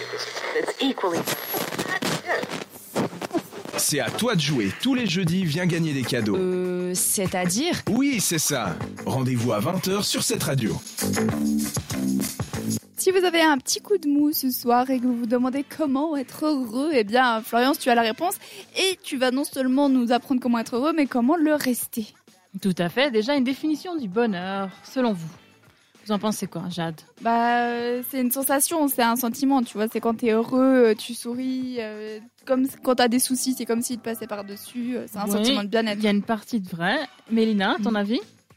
C'est à toi de jouer. Tous les jeudis, viens gagner des cadeaux. C'est-à-dire ? Oui, c'est ça. Rendez-vous à 20h sur cette radio. Si vous avez un petit coup de mou ce soir et que vous vous demandez comment être heureux, eh bien, Florian, tu as la réponse. Et tu vas non seulement nous apprendre comment être heureux, mais comment le rester. Tout à fait. Déjà, une définition du bonheur, selon vous. Vous en pensez quoi, Jade ? C'est une sensation, c'est un sentiment, tu vois. C'est quand t'es heureux, tu souris. Comme quand t'as des soucis, c'est comme s'il te passait par-dessus. C'est un sentiment de bien-être. Il y a une partie de vrai. Mélina, ton avis ?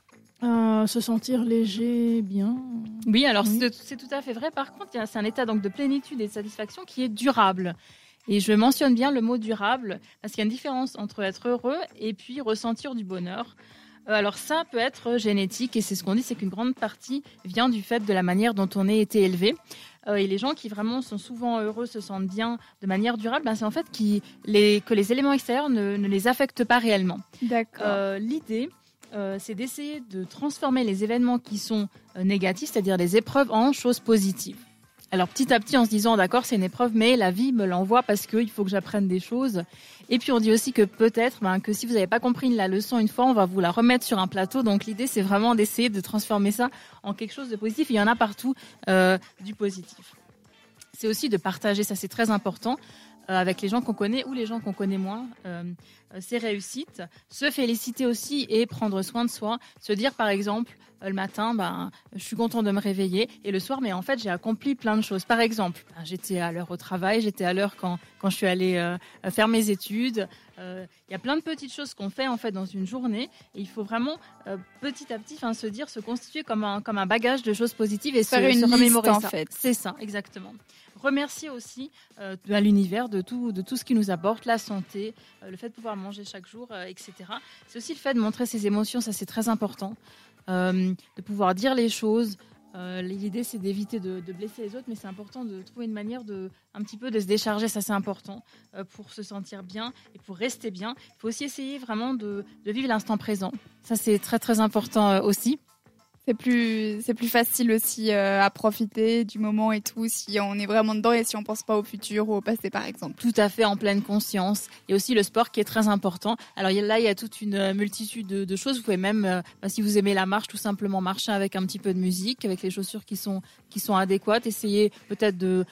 Se sentir léger, bien. Oui, alors c'est tout à fait vrai. Par contre, c'est un état donc de plénitude et de satisfaction qui est durable. Et je mentionne bien le mot durable parce qu'il y a une différence entre être heureux et puis ressentir du bonheur. Alors ça peut être génétique et c'est ce qu'on dit, c'est qu'une grande partie vient du fait de la manière dont on a été élevé. Et les gens qui vraiment sont souvent heureux, se sentent bien de manière durable, c'est en fait que les éléments extérieurs ne les affectent pas réellement. D'accord. L'idée, c'est d'essayer de transformer les événements qui sont négatifs, c'est-à-dire les épreuves, en choses positives. Alors petit à petit en se disant d'accord c'est une épreuve mais la vie me l'envoie parce qu'il faut que j'apprenne des choses. Et puis on dit aussi que peut-être que si vous n'avez pas compris la leçon une fois on va vous la remettre sur un plateau. Donc l'idée c'est vraiment d'essayer de transformer ça en quelque chose de positif. Il y en a partout du positif. C'est aussi de partager, ça c'est très important, avec les gens qu'on connaît ou les gens qu'on connaît moins, ses réussites. Se féliciter aussi et prendre soin de soi. Se dire par exemple le matin, je suis content de me réveiller et le soir, mais en fait, j'ai accompli plein de choses. Par exemple, j'étais à l'heure au travail, j'étais à l'heure quand je suis allée faire mes études. Il y a plein de petites choses qu'on fait en fait dans une journée et il faut vraiment petit à petit se dire, se constituer comme un bagage de choses positives et se remémorer ça. En fait. C'est ça, exactement. Remercier aussi à l'univers de tout ce qui nous apporte, la santé, le fait de pouvoir manger chaque jour, etc. C'est aussi le fait de montrer ses émotions, ça c'est très important. De pouvoir dire les choses. L'idée c'est d'éviter de blesser les autres, mais c'est important de trouver une manière un petit peu de se décharger, ça c'est important pour se sentir bien et pour rester bien. Il faut aussi essayer vraiment de vivre l'instant présent. Ça c'est très très important aussi. C'est plus facile aussi à profiter du moment et tout si on est vraiment dedans et si on pense pas au futur ou au passé par exemple. Tout à fait, en pleine conscience. Il y a aussi le sport qui est très important. Alors il y a toute une multitude de choses. Vous pouvez même, si vous aimez la marche, tout simplement marcher avec un petit peu de musique, avec les chaussures qui sont adéquates. Essayez peut-être de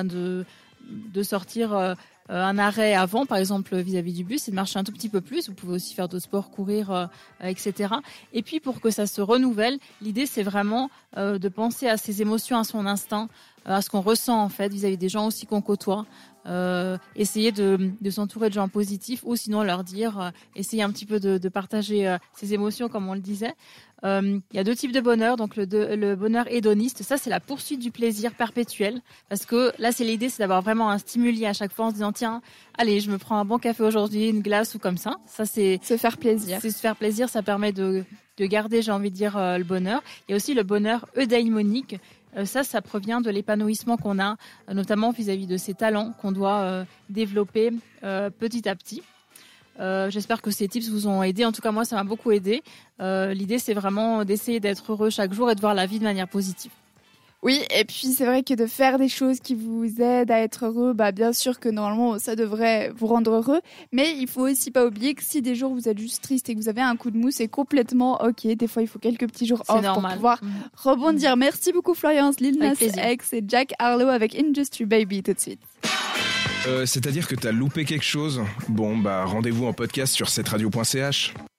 sortir un arrêt avant, par exemple vis-à-vis du bus, et de marcher un tout petit peu plus. Vous pouvez aussi faire d'autres sports, courir, etc. Et puis pour que ça se renouvelle, l'idée c'est vraiment de penser à ses émotions, à son instinct, à ce qu'on ressent en fait vis-à-vis des gens aussi qu'on côtoie. Essayer de s'entourer de gens positifs ou sinon leur dire, essayer un petit peu de partager ses émotions comme on le disait. Il y a deux types de bonheur, donc le bonheur hédoniste, ça c'est la poursuite du plaisir perpétuel, parce que là c'est l'idée, c'est d'avoir vraiment un stimuli à chaque fois en se disant tiens, allez je me prends un bon café aujourd'hui, une glace ou comme ça. Ça c'est se faire plaisir. C'est se faire plaisir, ça permet de garder, j'ai envie de dire, le bonheur. Il y a aussi le bonheur eudaimonique. Ça provient de l'épanouissement qu'on a, notamment vis-à-vis de ses talents qu'on doit développer petit à petit. J'espère que ces tips vous ont aidé. En tout cas, moi, ça m'a beaucoup aidé. L'idée, c'est vraiment d'essayer d'être heureux chaque jour et de voir la vie de manière positive. Oui, et puis c'est vrai que de faire des choses qui vous aident à être heureux, bien sûr que normalement ça devrait vous rendre heureux, mais il faut aussi pas oublier que si des jours vous êtes juste triste et que vous avez un coup de mou, c'est complètement ok. Des fois il faut quelques petits jours off pour pouvoir rebondir. Merci beaucoup Florence, Lil Nas X et Jack Harlow avec Industry Baby tout de suite. C'est-à-dire que t'as loupé quelque chose ? Bon, rendez-vous en podcast sur cetteradio.ch.